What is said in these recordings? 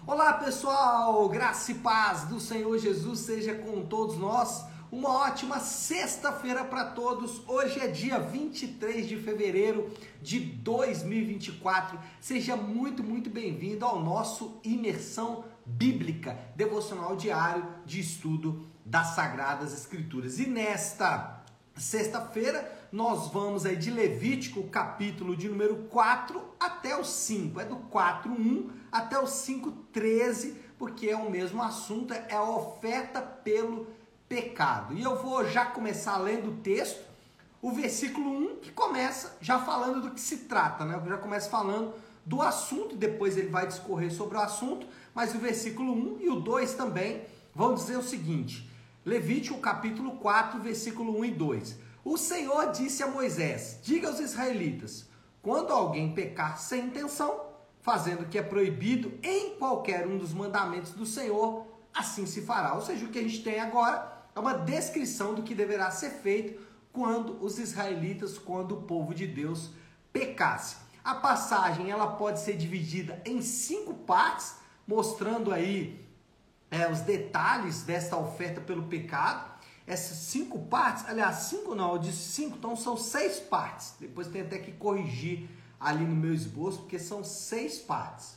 Olá pessoal, graça e paz do Senhor Jesus seja com todos nós. Uma ótima sexta-feira para todos. Hoje é dia 23 de fevereiro de 2024. Seja muito bem-vindo ao nosso Imersão Bíblica, devocional diário de estudo das Sagradas Escrituras. E nesta sexta-feira nós vamos aí de Levítico, capítulo de número 4 até o 5. É do 4:1 até o 5:13, porque é o mesmo assunto, é a oferta pelo pecado. E eu vou já começar lendo o texto, o versículo 1, que começa já falando do que se trata, né? Eu já começo falando do assunto, depois ele vai discorrer sobre o assunto, mas o versículo 1 e o 2 também vão dizer o seguinte: Levítico capítulo 4, versículo 1 e 2. O Senhor disse a Moisés: diga aos israelitas, quando alguém pecar sem intenção, fazendo o que é proibido em qualquer um dos mandamentos do Senhor, assim se fará. Ou seja, o que a gente tem agora é uma descrição do que deverá ser feito quando os israelitas, quando o povo de Deus pecasse. A passagem ela pode ser dividida em 5 partes, mostrando aí os detalhes desta oferta pelo pecado. Essas 5 partes, aliás, 5 não, eu disse 5, então são 6 partes. Depois tem até que corrigir ali no meu esboço, porque são 6 partes.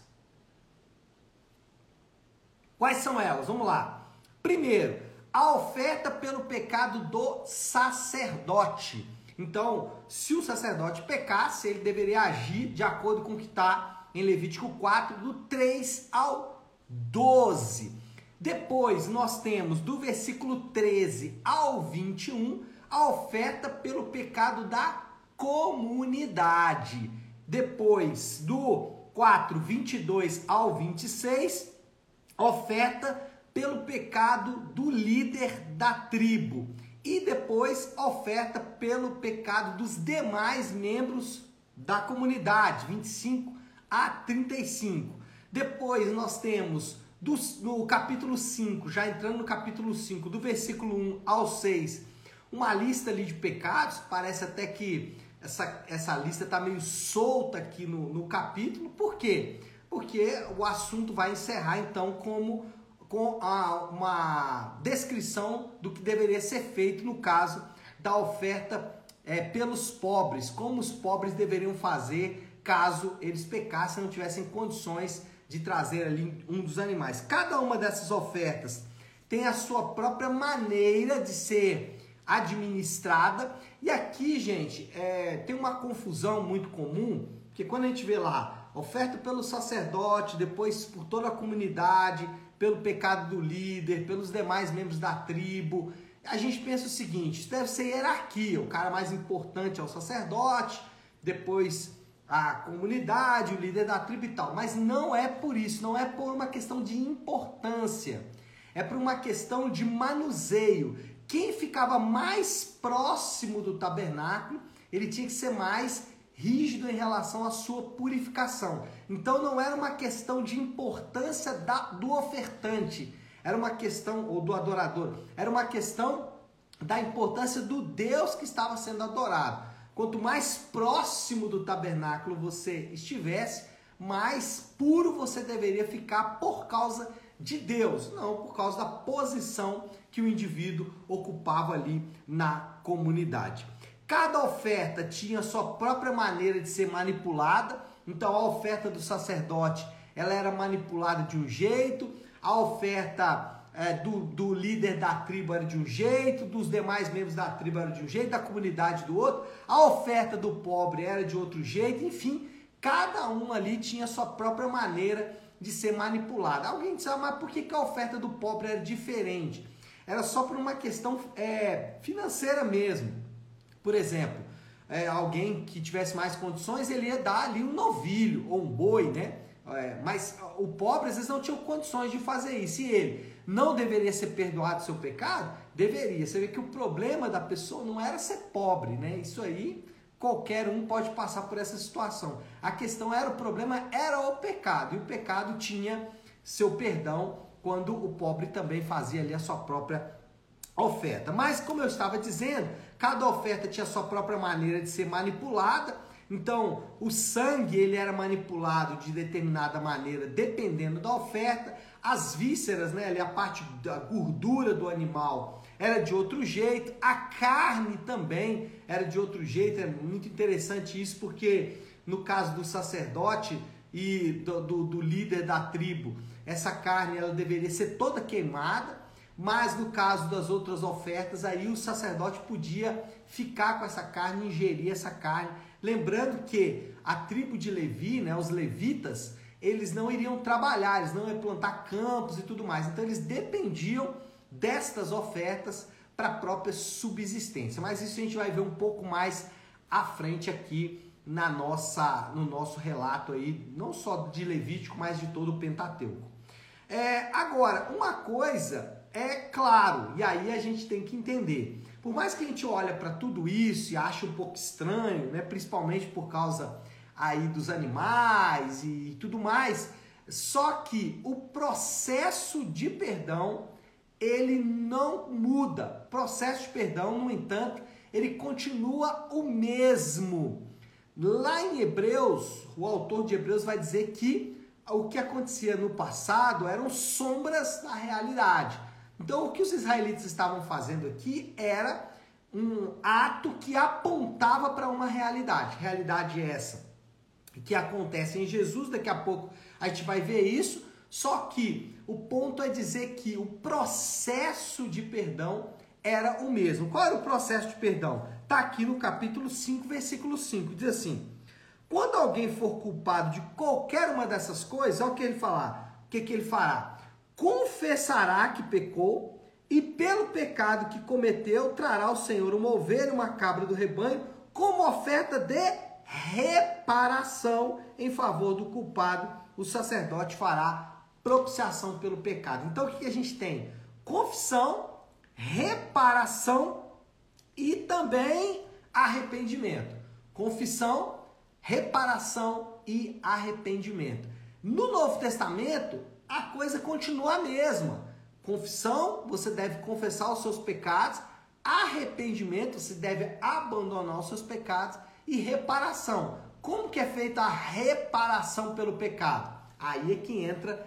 Quais são elas? Vamos lá. Primeiro, a oferta pelo pecado do sacerdote. Então, se o sacerdote pecasse, ele deveria agir de acordo com o que está em Levítico 4, do 3 ao 12. Depois, nós temos do versículo 13 ao 21, a oferta pelo pecado da comunidade. Depois, do 4, 22 ao 26, oferta pelo pecado do líder da tribo. E depois, oferta pelo pecado dos demais membros da comunidade, 25 a 35. Depois, nós temos no capítulo 5, já entrando no capítulo 5, do versículo 1 ao 6, uma lista ali de pecados. Parece até que essa lista está meio solta aqui no capítulo. Por quê? Porque o assunto vai encerrar então com uma descrição do que deveria ser feito no caso da oferta pelos pobres, como os pobres deveriam fazer caso eles pecassem e não tivessem condições de trazer ali um dos animais. Cada uma dessas ofertas tem a sua própria maneira de ser administrada. E aqui, gente, tem uma confusão muito comum, porque quando a gente vê lá, oferta pelo sacerdote, depois por toda a comunidade, pelo pecado do líder, pelos demais membros da tribo, a gente pensa o seguinte: isso deve ser hierarquia, o cara mais importante é o sacerdote, depois a comunidade, o líder da tribo e tal. Mas não é por isso, não é por uma questão de importância, é por uma questão de manuseio. Quem ficava mais próximo do tabernáculo, ele tinha que ser mais rígido em relação à sua purificação. Então não era uma questão de importância do ofertante, era uma questão, ou do adorador, era uma questão da importância do Deus que estava sendo adorado. Quanto mais próximo do tabernáculo você estivesse, mais puro você deveria ficar por causa de Deus, não por causa da posição que o indivíduo ocupava ali na comunidade. Cada oferta tinha sua própria maneira de ser manipulada. Então a oferta do sacerdote ela era manipulada de um jeito, a oferta do líder da tribo era de um jeito, dos demais membros da tribo era de um jeito, da comunidade do outro, a oferta do pobre era de outro jeito. Enfim, cada um ali tinha sua própria maneira de ser manipulada. Alguém disse: mas por que a oferta do pobre era diferente? Era só por uma questão financeira mesmo. Por exemplo, alguém que tivesse mais condições, ele ia dar ali um novilho ou um boi, né? Mas o pobre às vezes não tinha condições de fazer isso. E ele não deveria ser perdoado o seu pecado? Deveria. Você vê que o problema da pessoa não era ser pobre, né? Isso aí, qualquer um pode passar por essa situação. A questão era, o problema era o pecado. E o pecado tinha seu perdão quando o pobre também fazia ali a sua própria oferta. Mas, como eu estava dizendo, cada oferta tinha a sua própria maneira de ser manipulada. Então, o sangue ele era manipulado de determinada maneira, dependendo da oferta. As vísceras, né, ali a parte da gordura do animal era de outro jeito. A carne também era de outro jeito. É muito interessante isso, porque no caso do sacerdote e do líder da tribo, essa carne ela deveria ser toda queimada. Mas no caso das outras ofertas, aí o sacerdote podia ficar com essa carne, ingerir essa carne. Lembrando que a tribo de Levi, né, os levitas, eles não iriam trabalhar, eles não iam plantar campos e tudo mais. Então eles dependiam destas ofertas para a própria subsistência. Mas isso a gente vai ver um pouco mais à frente aqui no nosso relato aí, não só de Levítico, mas de todo o Pentateuco. Agora, uma coisa é claro, e aí a gente tem que entender. Por mais que a gente olhe para tudo isso e ache um pouco estranho, né, principalmente por causa aí dos animais e tudo mais, só que o processo de perdão, ele não muda. O processo de perdão, no entanto, ele continua o mesmo. Lá em Hebreus, o autor de Hebreus vai dizer que o que acontecia no passado eram sombras da realidade. Então, o que os israelitas estavam fazendo aqui era um ato que apontava para uma realidade. Realidade essa que acontece em Jesus, daqui a pouco a gente vai ver isso, só que o ponto é dizer que o processo de perdão era o mesmo. Qual era o processo de perdão? Está aqui no capítulo 5, versículo 5, diz assim: quando alguém for culpado de qualquer uma dessas coisas, olha o que ele falar. O que ele fará? Confessará que pecou e pelo pecado que cometeu trará ao Senhor uma ovelha e uma cabra do rebanho como oferta de reparação em favor do culpado. O sacerdote fará propiciação pelo pecado. Então o que a gente tem? Confissão, reparação e também arrependimento. Confissão, reparação e arrependimento. No Novo Testamento, a coisa continua a mesma. Confissão, você deve confessar os seus pecados. Arrependimento, você deve abandonar os seus pecados. E reparação. Como que é feita a reparação pelo pecado? Aí é que entra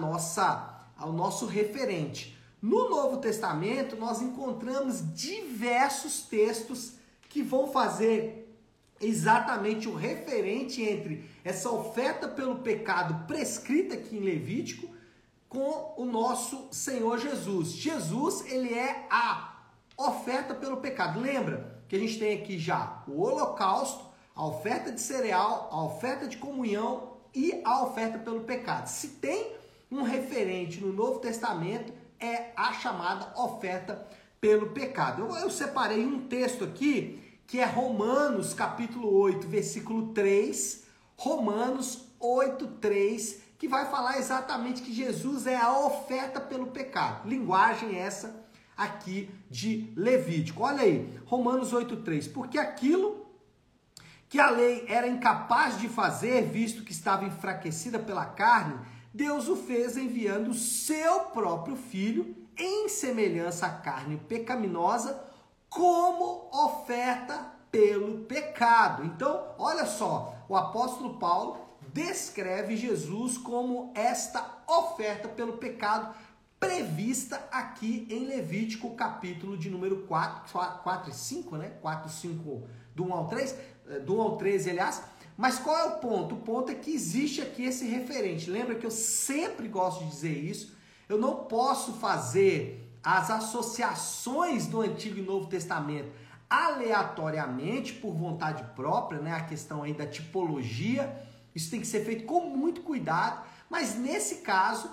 o nosso referente. No Novo Testamento, nós encontramos diversos textos que vão fazer exatamente o referente entre essa oferta pelo pecado prescrita aqui em Levítico com o nosso Senhor Jesus. Jesus, ele é a oferta pelo pecado. Lembra que a gente tem aqui já o holocausto, a oferta de cereal, a oferta de comunhão e a oferta pelo pecado. Se tem um referente no Novo Testamento, é a chamada oferta pelo pecado. Eu separei um texto aqui que é Romanos capítulo 8, versículo 3, Romanos 8, 3, que vai falar exatamente que Jesus é a oferta pelo pecado. Linguagem essa aqui de Levítico. Olha aí, Romanos 8, 3. Porque aquilo que a lei era incapaz de fazer, visto que estava enfraquecida pela carne, Deus o fez enviando o seu próprio Filho em semelhança à carne pecaminosa, como oferta pelo pecado. Então, olha só, o apóstolo Paulo descreve Jesus como esta oferta pelo pecado prevista aqui em Levítico, capítulo de número 4 e 5, né? 4 e 5, do 1 ao 3, do 1 ao 13, aliás. Mas qual é o ponto? O ponto é que existe aqui esse referente. Lembra que eu sempre gosto de dizer isso? Eu não posso fazer as associações do Antigo e Novo Testamento aleatoriamente, por vontade própria, né? A questão aí da tipologia, isso tem que ser feito com muito cuidado, mas nesse caso,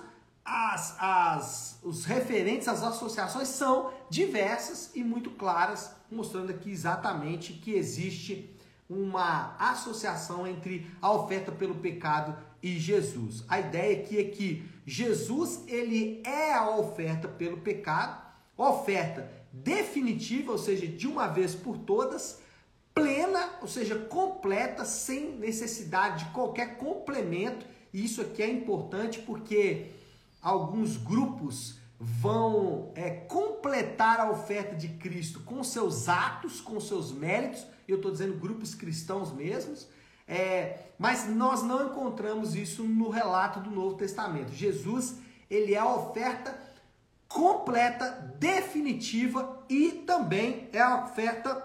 os referentes, as associações são diversas e muito claras, mostrando aqui exatamente que existe uma associação entre a oferta pelo pecado e Jesus. A ideia aqui é que Jesus, ele é a oferta pelo pecado, oferta definitiva, ou seja, de uma vez por todas, plena, ou seja, completa, sem necessidade de qualquer complemento. E isso aqui é importante porque alguns grupos vão completar a oferta de Cristo com seus atos, com seus méritos. Eu estou dizendo grupos cristãos mesmos. Mas nós não encontramos isso no relato do Novo Testamento. Jesus, ele é a oferta completa, definitiva e também é a oferta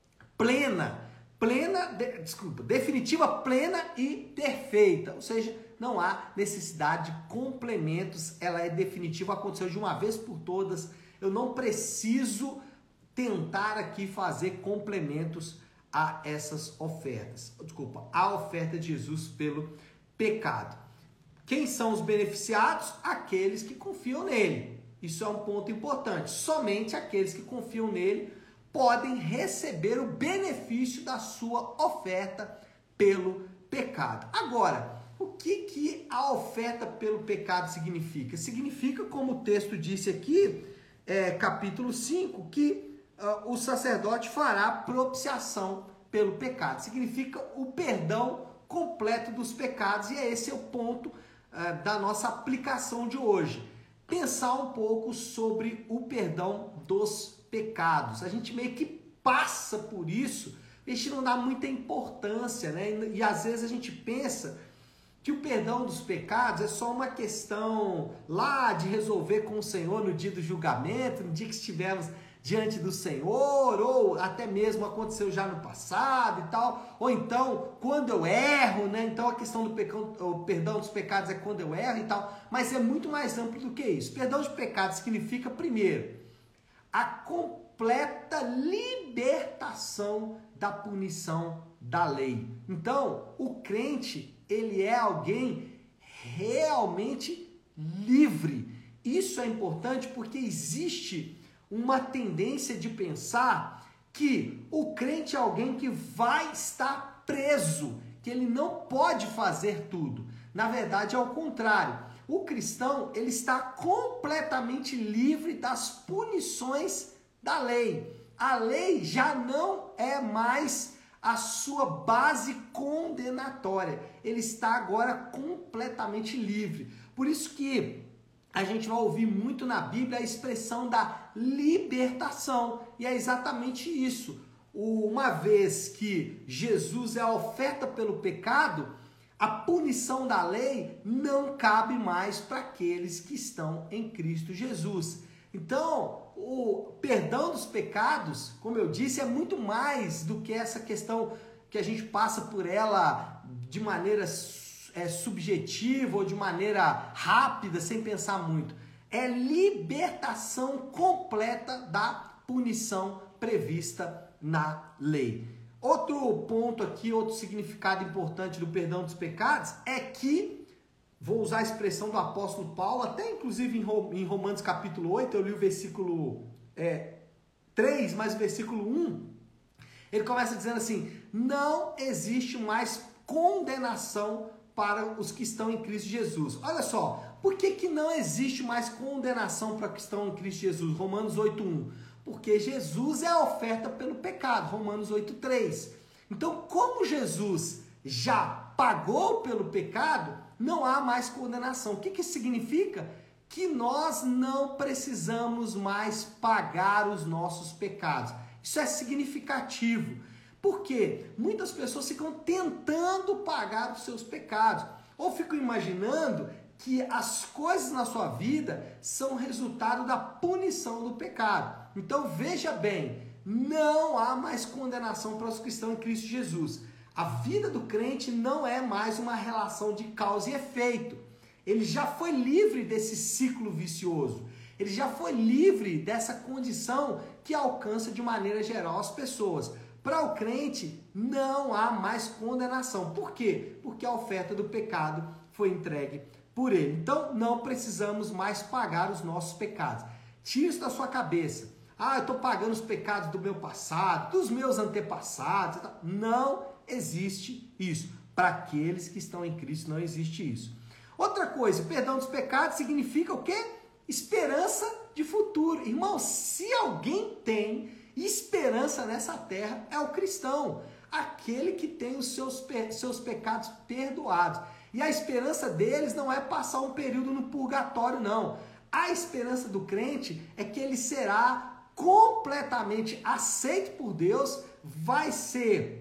definitiva, plena e perfeita. Ou seja, não há necessidade de complementos, ela é definitiva, aconteceu de uma vez por todas. Eu não preciso tentar aqui fazer complementos a essas ofertas. A oferta de Jesus pelo pecado. Quem são os beneficiados? Aqueles que confiam nele. Isso é um ponto importante. Somente aqueles que confiam nele podem receber o benefício da sua oferta pelo pecado. Agora, o que a oferta pelo pecado significa? Significa, como o texto disse aqui, capítulo 5, que o sacerdote fará propiciação pelo pecado. Significa o perdão completo dos pecados, e esse é o ponto da nossa aplicação de hoje. Pensar um pouco sobre o perdão dos pecados. A gente meio que passa por isso, a gente não dá muita importância, né? E às vezes a gente pensa que o perdão dos pecados é só uma questão lá de resolver com o Senhor no dia do julgamento, no dia que estivermos diante do Senhor, ou até mesmo aconteceu já no passado e tal, ou então quando eu erro, né? Então a questão do o perdão dos pecados é quando eu erro e tal, mas é muito mais amplo do que isso. Perdão de pecados significa, primeiro, a completa libertação da punição da lei. Então, o crente, ele é alguém realmente livre. Isso é importante porque existe uma tendência de pensar que o crente é alguém que vai estar preso, que ele não pode fazer tudo. Na verdade, é o contrário. O cristão, ele está completamente livre das punições da lei. A lei já não é mais a sua base condenatória. Ele está agora completamente livre. Por isso que a gente vai ouvir muito na Bíblia a expressão da libertação. E é exatamente isso. Uma vez que Jesus é a oferta pelo pecado, a punição da lei não cabe mais para aqueles que estão em Cristo Jesus. Então, o perdão dos pecados, como eu disse, é muito mais do que essa questão que a gente passa por ela de maneira subjetiva ou de maneira rápida, sem pensar muito. É libertação completa da punição prevista na lei. Outro ponto aqui, outro significado importante do perdão dos pecados é que, vou usar a expressão do apóstolo Paulo, até inclusive em Romanos capítulo 8, eu li o versículo 3, mas o versículo 1, ele começa dizendo assim: não existe mais condenação para os que estão em Cristo Jesus. Olha só, por que não existe mais condenação para os que estão em Cristo Jesus? Romanos 8:1. Porque Jesus é a oferta pelo pecado. Romanos 8:3. Então, como Jesus já pagou pelo pecado, não há mais condenação. O que isso significa? Que nós não precisamos mais pagar os nossos pecados. Isso é significativo. Porque muitas pessoas ficam tentando pagar os seus pecados, ou ficam imaginando que as coisas na sua vida são resultado da punição do pecado. Então veja bem, não há mais condenação para os que estão em Cristo Jesus. A vida do crente não é mais uma relação de causa e efeito. Ele já foi livre desse ciclo vicioso. Ele já foi livre dessa condição que alcança de maneira geral as pessoas. Para o crente, não há mais condenação. Por quê? Porque a oferta do pecado foi entregue por ele. Então, não precisamos mais pagar os nossos pecados. Tire isso da sua cabeça. Eu estou pagando os pecados do meu passado, dos meus antepassados. Não existe isso. Para aqueles que estão em Cristo, não existe isso. Outra coisa, perdão dos pecados significa o quê? Esperança de futuro. Irmão, se alguém tem esperança nessa terra, é o cristão, aquele que tem os seus pecados perdoados. E a esperança deles não é passar um período no purgatório, não. A esperança do crente é que ele será completamente aceito por Deus, vai ser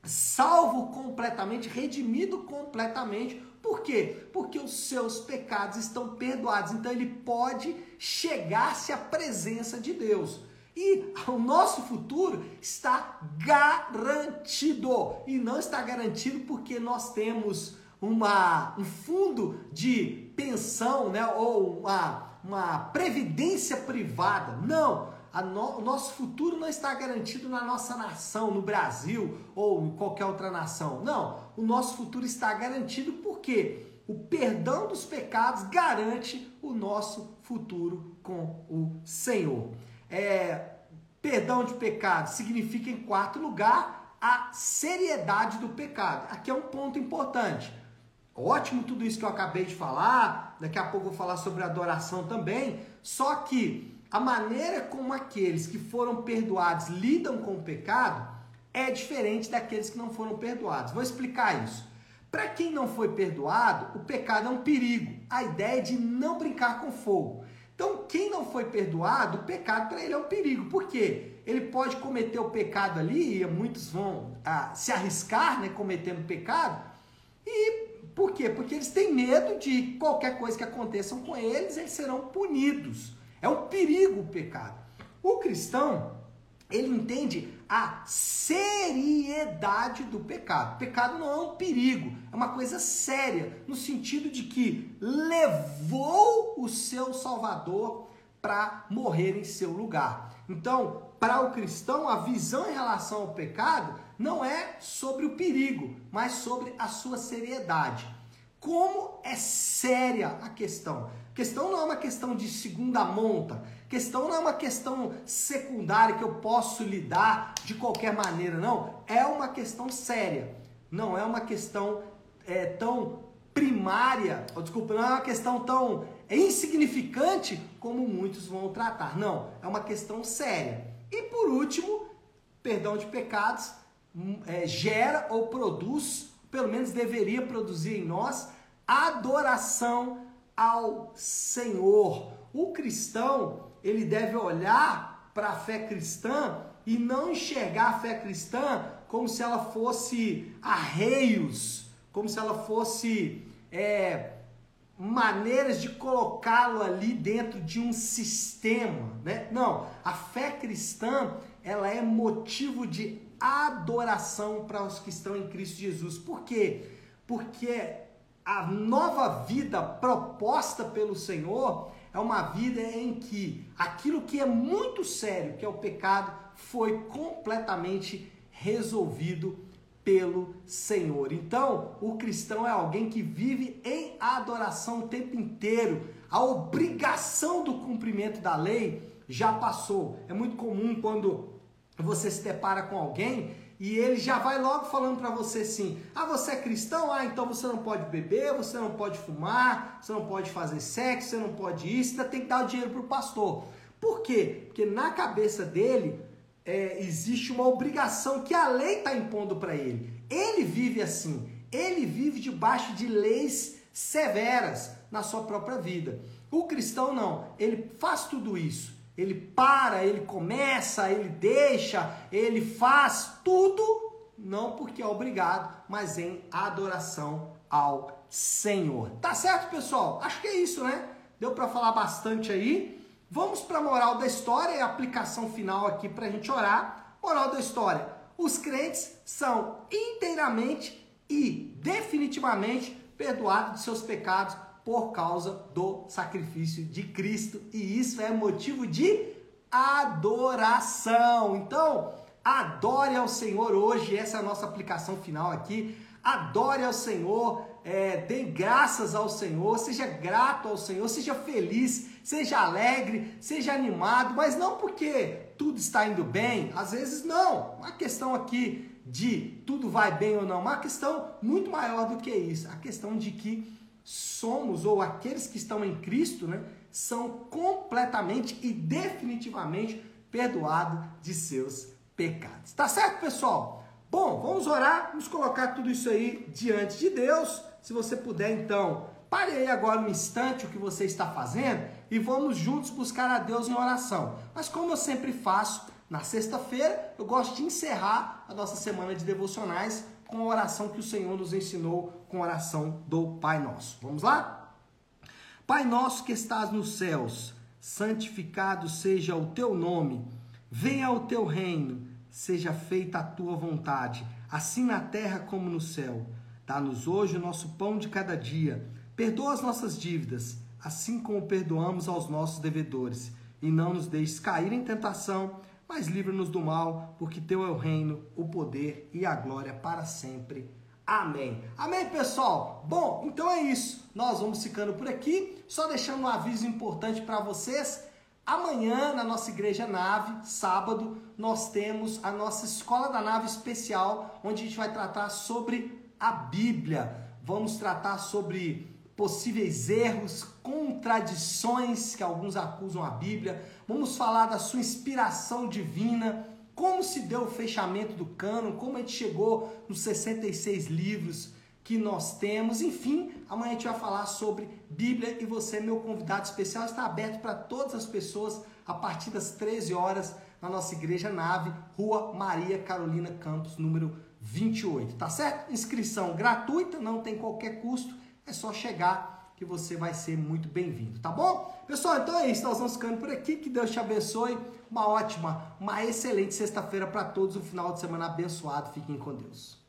salvo completamente, redimido completamente. Por quê? Porque os seus pecados estão perdoados. Então ele pode chegar-se à presença de Deus. E o nosso futuro está garantido. E não está garantido porque nós temos um fundo de pensão, né? Ou uma previdência privada. Não. O nosso futuro não está garantido na nossa nação, no Brasil ou em qualquer outra nação. Não, o nosso futuro está garantido porque o perdão dos pecados garante o nosso futuro com o Senhor. Perdão de pecados significa, em quarto lugar, a seriedade do pecado. Aqui é um ponto importante. Ótimo tudo isso que eu acabei de falar, daqui a pouco eu vou falar sobre adoração também, só que a maneira como aqueles que foram perdoados lidam com o pecado é diferente daqueles que não foram perdoados. Vou explicar isso. Para quem não foi perdoado, o pecado é um perigo. A ideia é de não brincar com fogo. Então, quem não foi perdoado, o pecado para ele é um perigo. Por quê? Ele pode cometer o pecado ali, e muitos vão se arriscar, né, cometendo pecado. E por quê? Porque eles têm medo de qualquer coisa que aconteça com eles, eles serão punidos. É um perigo o pecado. O cristão, ele entende a seriedade do pecado. O pecado não é um perigo, é uma coisa séria, no sentido de que levou o seu Salvador para morrer em seu lugar. Então, para o cristão, a visão em relação ao pecado não é sobre o perigo, mas sobre a sua seriedade. Como é séria a questão? A questão não é uma questão de segunda monta, a questão não é uma questão secundária que eu posso lidar de qualquer maneira, não. É uma questão séria, não é uma questão tão primária, não é uma questão tão insignificante como muitos vão tratar, não. É uma questão séria. E por último, perdão de pecados gera ou produz, pelo menos deveria produzir em nós, adoração ao Senhor. O cristão, ele deve olhar para a fé cristã e não enxergar a fé cristã como se ela fosse arreios, como se ela fosse maneiras de colocá-lo ali dentro de um sistema, né? Não, a fé cristã, ela é motivo de adoração para os que estão em Cristo Jesus. Por quê? Porque a nova vida proposta pelo Senhor é uma vida em que aquilo que é muito sério, que é o pecado, foi completamente resolvido pelo Senhor. Então, o cristão é alguém que vive em adoração o tempo inteiro. A obrigação do cumprimento da lei já passou. É muito comum quando você se depara com alguém e ele já vai logo falando para você assim: você é cristão? Então você não pode beber, você não pode fumar, você não pode fazer sexo, você não pode isso, ainda tem que dar o dinheiro para o pastor. Por quê? Porque na cabeça dele existe uma obrigação que a lei está impondo para ele. Ele vive assim, ele vive debaixo de leis severas na sua própria vida. O cristão não, ele faz tudo isso. Ele para, ele começa, ele deixa, ele faz tudo, não porque é obrigado, mas em adoração ao Senhor. Tá certo, pessoal? Acho que é isso, né? Deu para falar bastante aí. Vamos para a moral da história e a aplicação final aqui para a gente orar. Moral da história: os crentes são inteiramente e definitivamente perdoados de seus pecados por causa do sacrifício de Cristo, e isso é motivo de adoração. Então, adore ao Senhor hoje, essa é a nossa aplicação final aqui. Adore ao Senhor, dê graças ao Senhor, seja grato ao Senhor, seja feliz, seja alegre, seja animado, mas não porque tudo está indo bem, às vezes não. Uma questão aqui de tudo vai bem ou não, uma questão muito maior do que isso, a questão de que somos, ou aqueles que estão em Cristo, né, são completamente e definitivamente perdoados de seus pecados. Tá certo, pessoal? Bom, vamos orar, vamos colocar tudo isso aí diante de Deus. Se você puder, então, pare aí agora um instante o que você está fazendo e vamos juntos buscar a Deus em oração. Mas como eu sempre faço, Na sexta-feira, eu gosto de encerrar a nossa semana de devocionais com a oração que o Senhor nos ensinou, com a oração do Pai Nosso. Vamos lá? Pai nosso que estás nos céus, santificado seja o teu nome, venha o teu reino, seja feita a tua vontade, assim na terra como no céu. Dá-nos hoje o nosso pão de cada dia, perdoa as nossas dívidas, assim como perdoamos aos nossos devedores, e não nos deixes cair em tentação, mas livra-nos do mal, porque teu é o reino, o poder e a glória para sempre. Amém. Amém, pessoal? Bom, então é isso. Nós vamos ficando por aqui. Só deixando um aviso importante para vocês. Amanhã, na nossa Igreja Nave, sábado, nós temos a nossa Escola da Nave especial, onde a gente vai tratar sobre a Bíblia. Vamos tratar sobre possíveis erros, contradições que alguns acusam a Bíblia. Vamos falar da sua inspiração divina, como se deu o fechamento do cânon, como a gente chegou nos 66 livros que nós temos. Enfim, amanhã a gente vai falar sobre Bíblia e você, meu convidado especial, está aberto para todas as pessoas a partir das 13 horas na nossa Igreja Nave, Rua Maria Carolina Campos, número 28, tá certo? Inscrição gratuita, não tem qualquer custo, é só chegar que você vai ser muito bem-vindo, tá bom? Pessoal, então é isso, nós vamos ficando por aqui, que Deus te abençoe, uma excelente sexta-feira para todos, um final de semana abençoado, fiquem com Deus.